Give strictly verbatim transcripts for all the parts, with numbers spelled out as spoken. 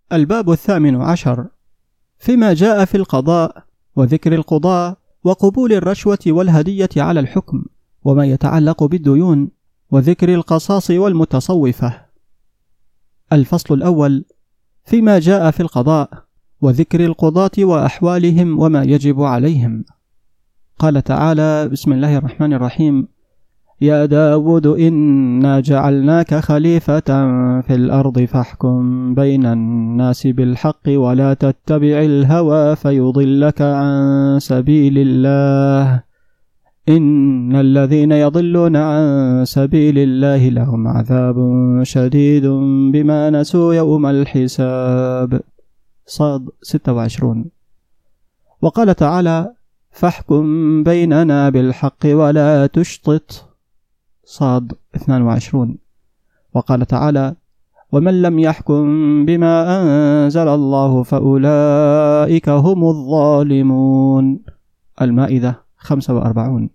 الباب الثامن عشر، فيما جاء في القضاء وذكر القضاء وقبول الرشوة والهدية على الحكم وما يتعلق بالديون وذكر القصاص والمتصوفة. الفصل الأول، فيما جاء في القضاء وذكر القضاة وأحوالهم وما يجب عليهم. قال تعالى: بسم الله الرحمن الرحيم: يا داود إنا جعلناك خليفة في الأرض فاحكم بين الناس بالحق ولا تتبع الهوى فيضلك عن سبيل الله إن الذين يضلون عن سبيل الله لهم عذاب شديد بما نسوا يوم الحساب. صاد ستة وعشرين. وقال تعالى: فاحكم بيننا بالحق ولا تشطط. صاد اثنان وعشرين. وقال تعالى: ومن لم يحكم بما أنزل الله فأولئك هم الظالمون. المائدة خمسة وأربعين.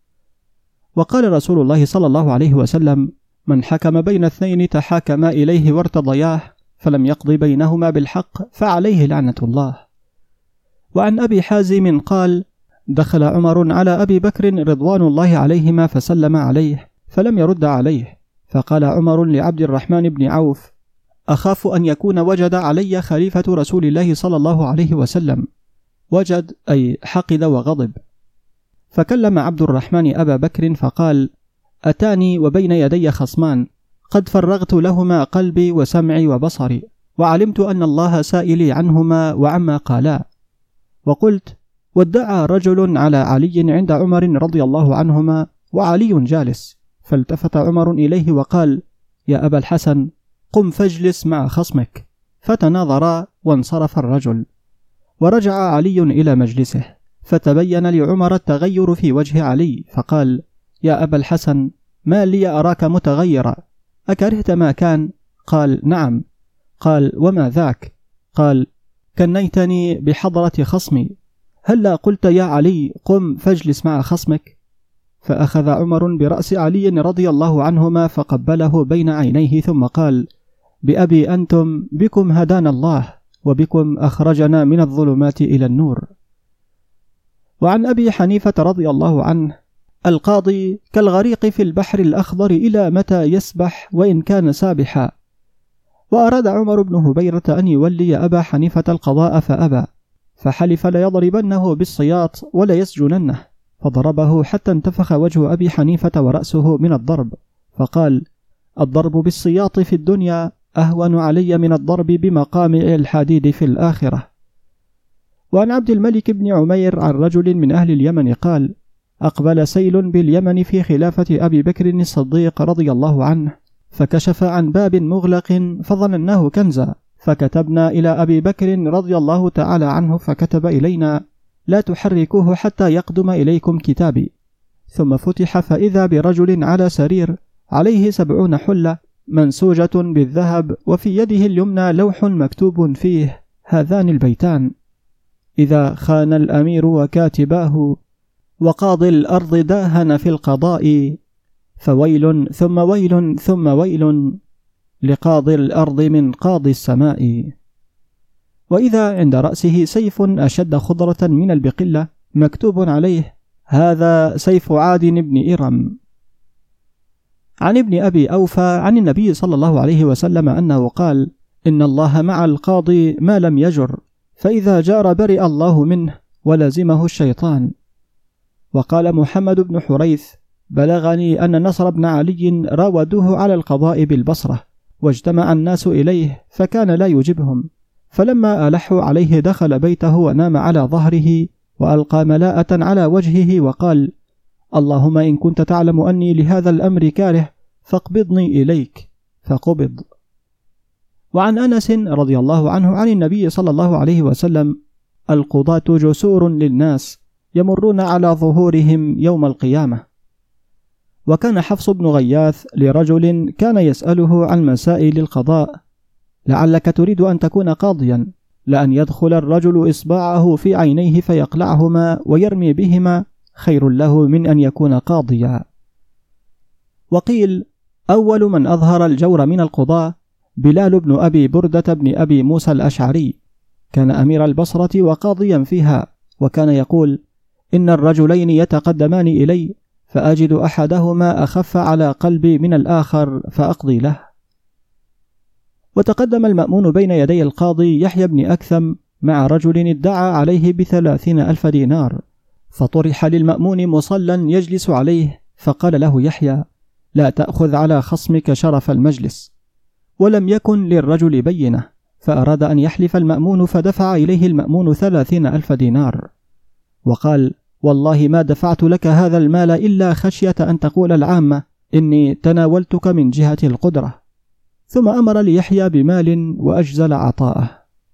وقال رسول الله صلى الله عليه وسلم: من حكم بين اثنين تحاكما إليه وارتضياه فلم يقض بينهما بالحق فعليه لعنة الله. وعن أبي حازم قال: دخل عمر على أبي بكر رضوان الله عليهما فسلم عليه فلم يرد عليه، فقال عمر لعبد الرحمن بن عوف: أخاف أن يكون وجد علي خليفة رسول الله صلى الله عليه وسلم. وجد أي حقد وغضب. فكلم عبد الرحمن أبا بكر فقال: أتاني وبين يدي خصمان قد فرغت لهما قلبي وسمعي وبصري، وعلمت أن الله سائلي عنهما وعما قالا. وقلت: وادعى رجل على علي عند عمر رضي الله عنهما وعلي جالس، فالتفت عمر إليه وقال: يا أبا الحسن قم فاجلس مع خصمك. فتناظرا وانصرف الرجل، ورجع علي إلى مجلسه، فتبين لعمر التغير في وجه علي فقال: يا أبا الحسن ما لي أراك متغيرا، أكرهت ما كان؟ قال: نعم. قال: وما ذاك؟ قال: كنيتني بحضرة خصمي، هلا قلت يا علي قم فاجلس مع خصمك؟ فأخذ عمر برأس علي رضي الله عنهما فقبله بين عينيه ثم قال: بأبي أنتم بكم هدانا الله وبكم أخرجنا من الظلمات إلى النور. وعن أبي حنيفة رضي الله عنه: القاضي كالغريق في البحر الأخضر إلى متى يسبح وإن كان سابحا. وأراد عمر بن هبيرة أن يولي أبا حنيفة القضاء فأبى، فحلف ليضربنه بالسياط وليسجننه، فضربه حتى انتفخ وجه أبي حنيفة ورأسه من الضرب، فقال: الضرب بالسياط في الدنيا أهون علي من الضرب بمقامع الحديد في الآخرة. وعن عبد الملك بن عمير عن رجل من أهل اليمن قال: أقبل سيل باليمن في خلافة أبي بكر الصديق رضي الله عنه، فكشف عن باب مغلق فظنناه كنزا، فكتبنا إلى أبي بكر رضي الله تعالى عنه فكتب إلينا: لا تحركوه حتى يقدم إليكم كتابي. ثم فتح فإذا برجل على سرير عليه سبعون حلة منسوجة بالذهب، وفي يده اليمنى لوح مكتوب فيه هذان البيتان: إذا خان الأمير وكاتباه وقاضي الأرض داهن في القضاء فويل ثم ويل ثم ويل لقاضي الأرض من قاضي السماء. وإذا عند رأسه سيف أشد خضرة من البقلة مكتوب عليه: هذا سيف عاد بن إرم. عن ابن أبي أوفى عن النبي صلى الله عليه وسلم أنه قال: إن الله مع القاضي ما لم يجر، فإذا جار برئ الله منه ولزمه الشيطان. وقال محمد بن حريث: بلغني أن نصر بن علي راودوه على القضاء بالبصرة، واجتمع الناس إليه فكان لا يجبهم، فلما ألحوا عليه دخل بيته ونام على ظهره وألقى ملاءة على وجهه وقال: اللهم إن كنت تعلم أني لهذا الأمر كاره فاقبضني إليك، فقبض. وعن أنس رضي الله عنه عن النبي صلى الله عليه وسلم: القضاة جسور للناس يمرون على ظهورهم يوم القيامة. وكان حفص بن غياث لرجل كان يسأله عن مسائل القضاء: لعلك تريد أن تكون قاضيا، لأن يدخل الرجل إصبعه في عينيه فيقلعهما ويرمي بهما خير له من أن يكون قاضيا. وقيل: أول من أظهر الجور من القضاة بلال بن أبي بردة بن أبي موسى الأشعري، كان أمير البصرة وقاضيا فيها، وكان يقول: إن الرجلين يتقدمان إلي فأجد أحدهما أخف على قلبي من الآخر فأقضي له. وتقدم المأمون بين يدي القاضي يحيى بن أكثم مع رجل ادعى عليه بثلاثين ألف دينار، فطرح للمأمون مصلا يجلس عليه، فقال له يحيى: لا تأخذ على خصمك شرف المجلس. ولم يكن للرجل بينة، فأراد أن يحلف المأمون، فدفع إليه المأمون ثلاثين ألف دينار، وقال: والله ما دفعت لك هذا المال إلا خشية أن تقول العامة إني تناولتك من جهة القدرة. ثم أمر ليحيى بمال وأجزل عطاءه.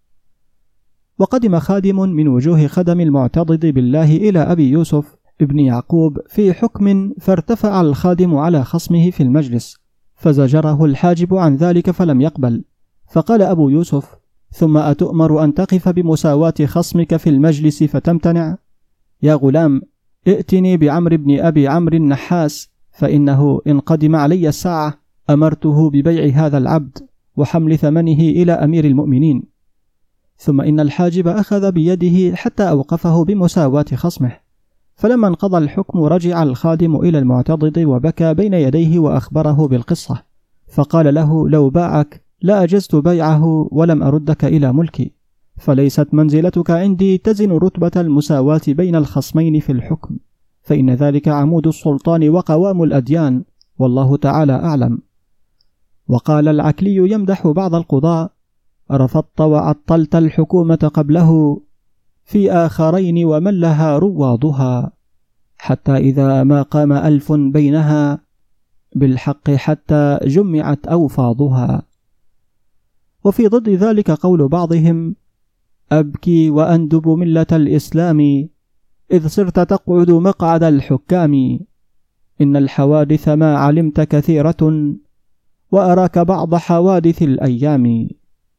وقدم خادم من وجوه خدم المعتضد بالله إلى أبي يوسف ابن يعقوب في حكم، فارتفع الخادم على خصمه في المجلس، فزجره الحاجب عن ذلك فلم يقبل. فقال أبو يوسف: ثم أتؤمر أن تقف بمساواة خصمك في المجلس فتمتنع؟ يا غلام، ائتني بعمر بن أبي عمرو النحاس، فإنه إن قدم علي الساعة أمرته ببيع هذا العبد وحمل ثمنه إلى أمير المؤمنين. ثم إن الحاجب أخذ بيده حتى أوقفه بمساواة خصمه. فلما انقضى الحكم رجع الخادم إلى المعتضد وبكى بين يديه وأخبره بالقصة، فقال له: لو باعك لا أجزت بيعه ولم أردك إلى ملكي، فليست منزلتك عندي تزن رتبة المساواة بين الخصمين في الحكم، فإن ذلك عمود السلطان وقوام الأديان، والله تعالى أعلم. وقال العكلي يمدح بعض القضاء: رفضت وعطلت الحكومة قبله في آخرين ومن لها رواضها، حتى إذا ما قام ألف بينها بالحق حتى جمعت أوفاضها. وفي ضد ذلك قول بعضهم: أبكي وأندب ملة الإسلام إذ صرت تقعد مقعد الحكام، إن الحوادث ما علمت كثيرة وأراك بعض حوادث الأيام.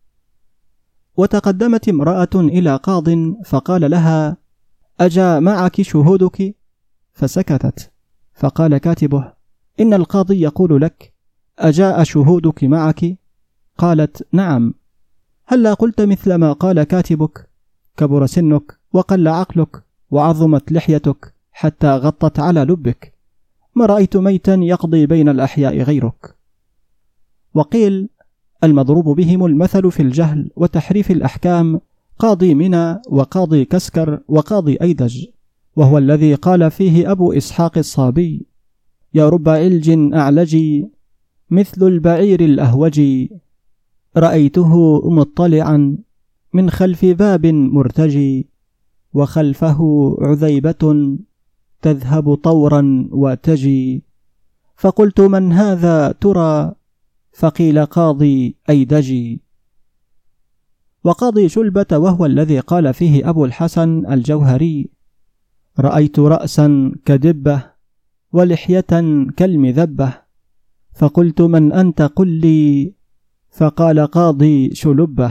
وتقدمت امرأة إلى قاض فقال لها: أجا معك شهودك؟ فسكتت. فقال كاتبه: إن القاضي يقول لك: أجاء شهودك معك؟ قالت: نعم. هلا قلت مثل ما قال كاتبك؟ كبر سنك وقل عقلك وعظمت لحيتك حتى غطت على لبك، ما رأيت ميتا يقضي بين الأحياء غيرك. وقيل: المضروب بهم المثل في الجهل وتحريف الأحكام قاضي منى وقاضي كسكر وقاضي أيدج، وهو الذي قال فيه أبو إسحاق الصابي: يا رب علج أعلجي مثل البعير الأهوجي، رأيته مطلعا من خلف باب مرتجي، وخلفه عذيبة تذهب طورا وتجي، فقلت من هذا ترى؟ فقيل قاضي أيدجي. وقاضي شلبة وهو الذي قال فيه أبو الحسن الجوهري: رأيت رأسا كدبة ولحية كالمذبة، فقلت من أنت قل لي؟ فقال قاضي شلبة.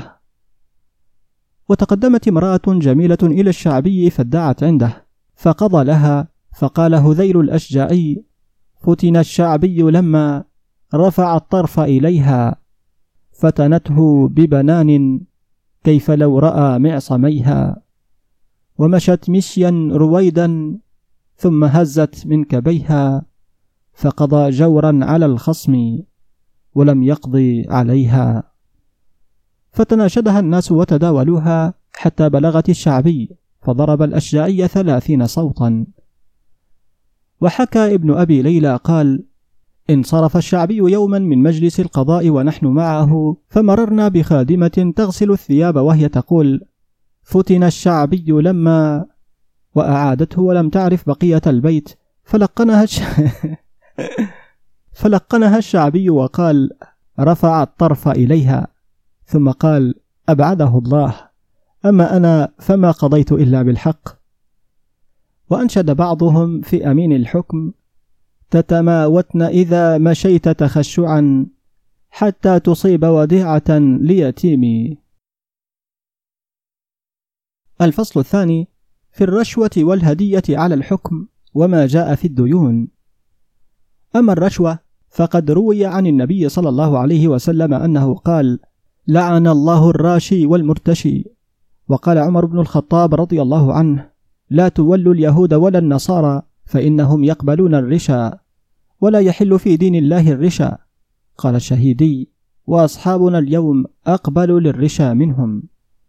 وتقدمت امرأة جميلة إلى الشعبي فادعت عنده، فقضى لها، فقال هذيل الأشجعي: فتن الشعبي لما رفع الطرف إليها، فتنته ببنان كيف لو رأى معصميها، ومشت مشيا رويدا ثم هزت من كبيها، فقضى جورا على الخصم ولم يقضي عليها. فتناشدها الناس وتداولوها حتى بلغت الشعبي، فضرب الأشجعي ثلاثين صوتا. وحكى ابن أبي ليلى قال: انصرف الشعبي يوما من مجلس القضاء ونحن معه، فمررنا بخادمة تغسل الثياب وهي تقول: فتن الشعبي لما، وأعادته ولم تعرف بقية البيت، فلقنها الش... فلقنها الشعبي وقال: رفع الطرف إليها، ثم قال: أبعده الله، أما أنا فما قضيت إلا بالحق. وأنشد بعضهم في أمين الحكم: تتماوتن إذا مشيت تخشعا حتى تصيب وديعة ليتيمي. الفصل الثاني في الرشوة والهدية على الحكم وما جاء في الديون. أما الرشوة فقد روي عن النبي صلى الله عليه وسلم أنه قال: لعن الله الراشي والمرتشي. وقال عمر بن الخطاب رضي الله عنه: لا تولوا اليهود ولا النصارى فإنهم يقبلون الرشا، ولا يحل في دين الله الرشا. قال الشهيدي: وأصحابنا اليوم أقبل للرشا منهم.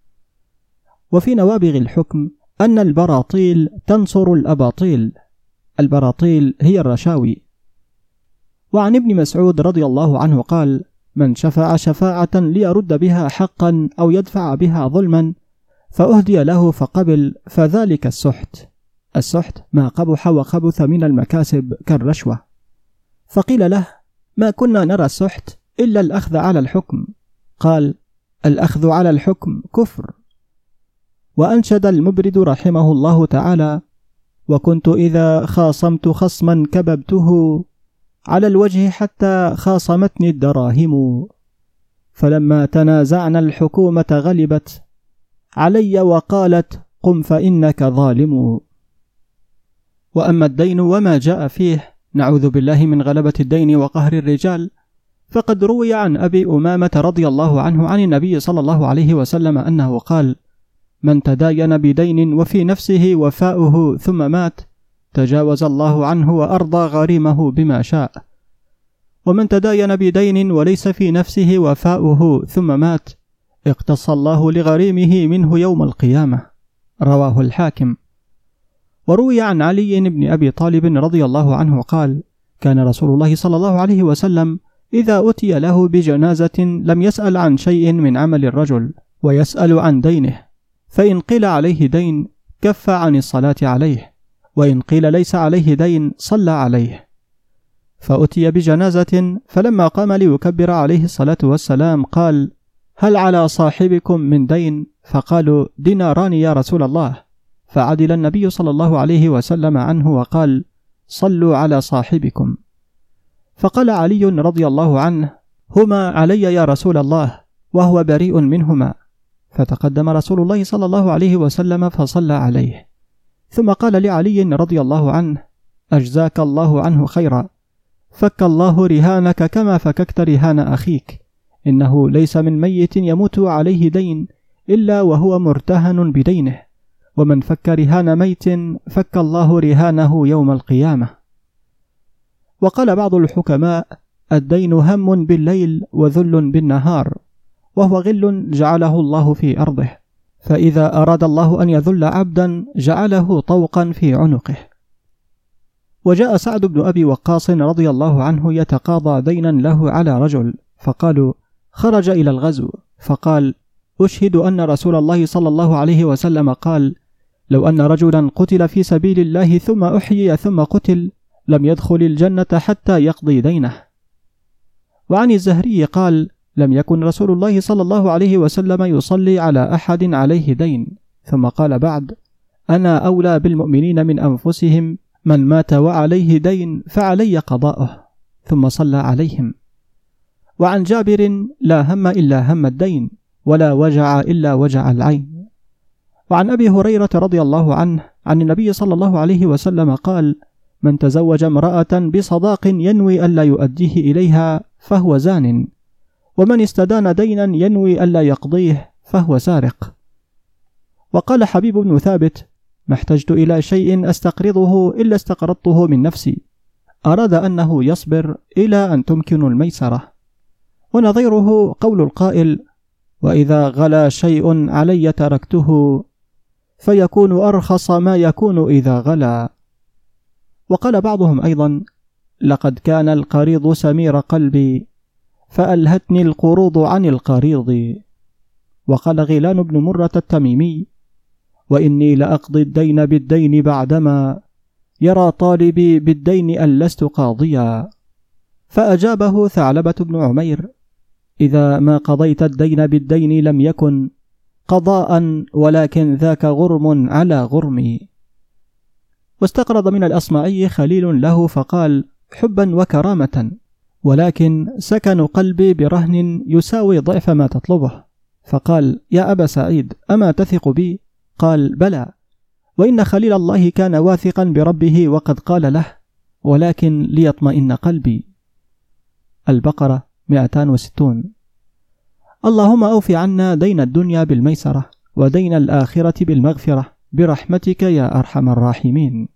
وفي نوابغ الحكم أن البراطيل تنصر الأباطيل. البراطيل هي الرشاوي. وعن ابن مسعود رضي الله عنه قال: من شفع شفاعة ليرد بها حقا أو يدفع بها ظلما فأهدي له فقبل، فذلك السحت. السحت ما قبح وخبث من المكاسب كالرشوة. فقيل له: ما كنا نرى السحت إلا الأخذ على الحكم. قال: الأخذ على الحكم كفر. وأنشد المبرد رحمه الله تعالى: وكنت إذا خاصمت خصما كببته على الوجه حتى خاصمتني الدراهم، فلما تنازعنا الحكومة غلبت علي وقالت قم فإنك ظالم. وأما الدين وما جاء فيه، نعوذ بالله من غلبة الدين وقهر الرجال، فقد روي عن أبي أمامة رضي الله عنه عن النبي صلى الله عليه وسلم أنه قال: من تداين بدين وفي نفسه وفاؤه ثم مات تجاوز الله عنه وأرضى غريمه بما شاء، ومن تداين بدين وليس في نفسه وفاؤه ثم مات اقتص الله لغريمه منه يوم القيامة. رواه الحاكم. وروي عن علي بن أبي طالب رضي الله عنه قال: كان رسول الله صلى الله عليه وسلم إذا أتي له بجنازة لم يسأل عن شيء من عمل الرجل ويسأل عن دينه، فإن قيل عليه دين كف عن الصلاة عليه، وإن قيل ليس عليه دين صلى عليه. فأتي بجنازة فلما قام ليكبر عليه الصلاة والسلام قال: هل على صاحبكم من دين؟ فقالوا: ديناران يا رسول الله. فعدل النبي صلى الله عليه وسلم عنه وقال: صلوا على صاحبكم. فقال علي رضي الله عنه: هما علي يا رسول الله، وهو بريء منهما. فتقدم رسول الله صلى الله عليه وسلم فصلى عليه، ثم قال لعلي رضي الله عنه: أجزاك الله عنه خيرا، فك الله رهانك كما فككت رهان أخيك، إنه ليس من ميت يموت عليه دين إلا وهو مرتهن بدينه، ومن فك رهان ميت فك الله رهانه يوم القيامة. وقال بعض الحكماء: الدين هم بالليل وذل بالنهار، وهو غل جعله الله في أرضه، فإذا أراد الله أن يذل عبدا جعله طوقا في عنقه. وجاء سعد بن أبي وقاص رضي الله عنه يتقاضى دينا له على رجل، فقالوا: خرج إلى الغزو، فقال: أشهد أن رسول الله صلى الله عليه وسلم قال: لو أن رجلا قتل في سبيل الله ثم أحيي ثم قتل لم يدخل الجنة حتى يقضي دينه. وعن الزهري قال: لم يكن رسول الله صلى الله عليه وسلم يصلي على أحد عليه دين، ثم قال بعد: أنا أولى بالمؤمنين من أنفسهم، من مات وعليه دين فعلي قضاؤه، ثم صلى عليهم. وعن جابر: لا هم إلا هم الدين، ولا وجع إلا وجع العين. وعن أبي هريرة رضي الله عنه عن النبي صلى الله عليه وسلم قال: من تزوج امرأة بصداق ينوي ألا يؤديه إليها فهو زان، ومن استدان دينا ينوي ألا يقضيه فهو سارق. وقال حبيب بن ثابت: ما احتجت إلى شيء أستقرضه إلا استقرضته من نفسي، أراد أنه يصبر إلى أن تمكن الميسرة. ونظيره قول القائل: وإذا غلا شيء علي تركته، فيكون أرخص ما يكون إذا غلا. وقال بعضهم أيضا: لقد كان القريض سمير قلبي، فألهتني القروض عن القريض. وقال غيلان بن مرة التميمي: وإني لأقضي الدين بالدين بعدما يرى طالبي بالدين أن لست قاضيا. فأجابه ثعلبة بن عمير: إذا ما قضيت الدين بالدين لم يكن قضاء، ولكن ذاك غرم على غرمي. واستقرض من الأصمعي خليل له فقال: حبا وكرامة، ولكن سكن قلبي برهن يساوي ضعف ما تطلبه. فقال: يا أبا سعيد، أما تثق بي؟ قال: بلى، وإن خليل الله كان واثقا بربه وقد قال له: ولكن ليطمئن قلبي. البقرة مئتين وستون. اللهم أوف عنا دين الدنيا بالميسرة ودين الآخرة بالمغفرة برحمتك يا أرحم الراحمين.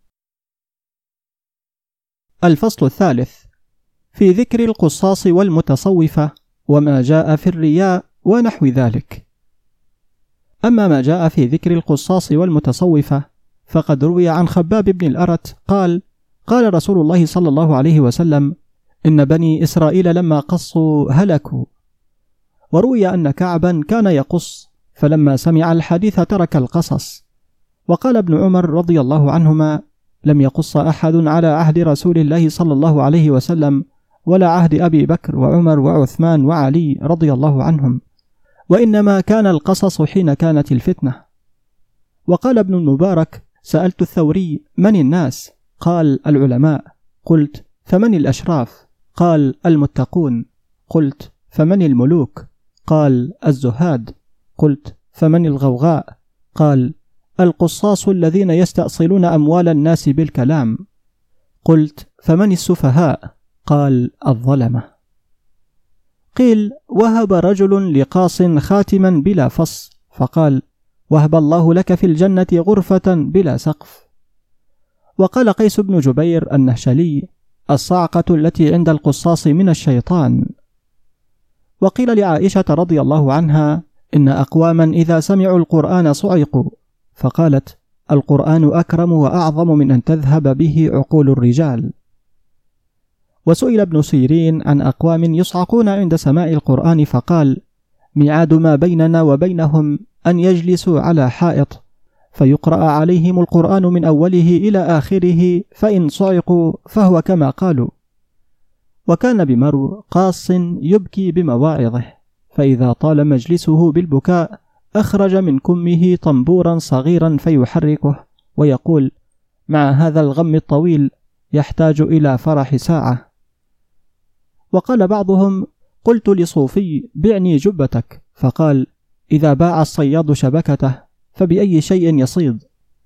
الفصل الثالث في ذكر القصاص والمتصوفة وما جاء في الرياء ونحو ذلك. أما ما جاء في ذكر القصاص والمتصوفة فقد روي عن خباب بن الأرت قال: قال رسول الله صلى الله عليه وسلم: إن بني إسرائيل لما قصوا هلكوا. وروي أن كعبا كان يقص فلما سمع الحديث ترك القصص. وقال ابن عمر رضي الله عنهما: لم يقص أحد على عهد رسول الله صلى الله عليه وسلم ولا عهد أبي بكر وعمر وعثمان وعلي رضي الله عنهم، وإنما كان القصص حين كانت الفتنة. وقال ابن المبارك: سألت الثوري: من الناس؟ قال: العلماء. قلت: فمن الأشراف؟ قال: المتقون. قلت: فمن الملوك؟ قال: الزهاد. قلت: فمن الغوغاء؟ قال: القصاص الذين يستأصلون أموال الناس بالكلام. قلت: فمن السفهاء؟ قال: الظلمة. قيل: وهب رجل لقاص خاتما بلا فص، فقال: وهب الله لك في الجنة غرفة بلا سقف. وقال قيس بن جبير النهشلي: الصعقة التي عند القصاص من الشيطان. وقيل لعائشة رضي الله عنها: إن أقواما إذا سمعوا القرآن صعقوا، فقالت: القرآن أكرم وأعظم من أن تذهب به عقول الرجال. وسئل ابن سيرين عن أقوام يصعقون عند سماع القرآن فقال: ميعاد ما بيننا وبينهم أن يجلسوا على حائط فيقرأ عليهم القرآن من أوله إلى آخره، فإن صعقوا فهو كما قالوا. وكان بمرو قاص يبكي بمواعظه، فإذا طال مجلسه بالبكاء أخرج من كمه طنبورا صغيرا فيحركه ويقول: مع هذا الغم الطويل يحتاج إلى فرح ساعة. وقال بعضهم: قلت لصوفي: بعني جبتك، فقال: إذا باع الصياد شبكته فبأي شيء يصيد.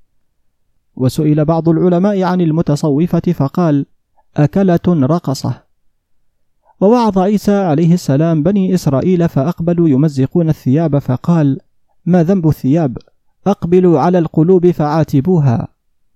وسئل بعض العلماء عن المتصوفة فقال: أكلة رقصة. ووعظ عيسى عليه السلام بني إسرائيل فأقبلوا يمزقون الثياب فقال: ما ذنب الثياب؟ أقبلوا على القلوب فعاتبوها.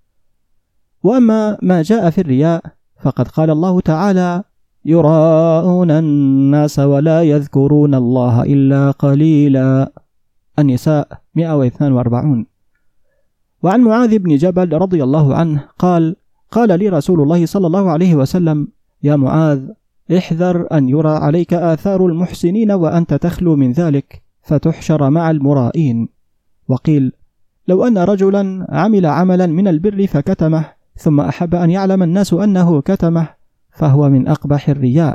وأما ما جاء في الرياء فقد قال الله تعالى: يراءون الناس ولا يذكرون الله إلا قليلا. النساء مئة واثنين وأربعين. وعن معاذ بن جبل رضي الله عنه قال: قال لي رسول الله صلى الله عليه وسلم: يا معاذ، احذر أن يرى عليك آثار المحسنين وأنت تخلو من ذلك فتحشر مع المرائين. وقيل: لو أن رجلا عمل عملا من البر فكتمه ثم أحب أن يعلم الناس أنه كتمه فهو من أقبح الرياء.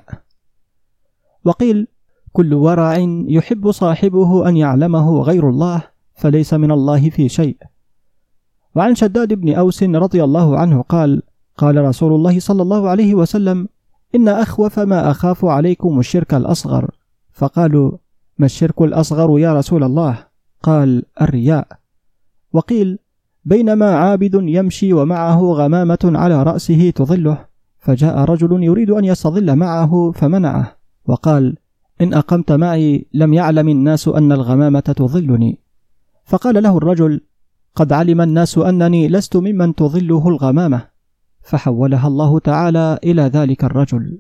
وقيل: كل ورع يحب صاحبه أن يعلمه غير الله فليس من الله في شيء. وعن شداد بن أوس رضي الله عنه قال: قال رسول الله صلى الله عليه وسلم: إن أخوف ما أخاف عليكم الشرك الأصغر. فقالوا: ما الشرك الأصغر يا رسول الله؟ قال: الرياء. وقيل: بينما عابد يمشي ومعه غمامة على رأسه تظله، فجاء رجل يريد أن يستظل معه فمنعه، وقال: إن أقمت معي لم يعلم الناس أن الغمامة تظلني. فقال له الرجل: قد علم الناس أنني لست ممن تظله الغمامة، فحولها الله تعالى إلى ذلك الرجل.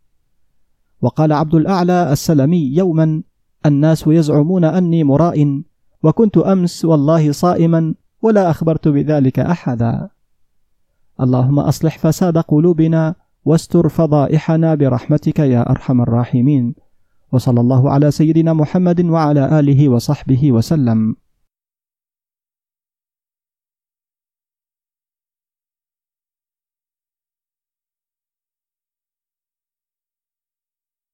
وقال عبد الأعلى السلمي يوما: الناس يزعمون أني مراء، وكنت أمس والله صائما ولا أخبرت بذلك أحدا. اللهم أصلح فساد قلوبنا واستر فضائحنا برحمتك يا أرحم الراحمين. وصلى الله على سيدنا محمد وعلى آله وصحبه وسلم.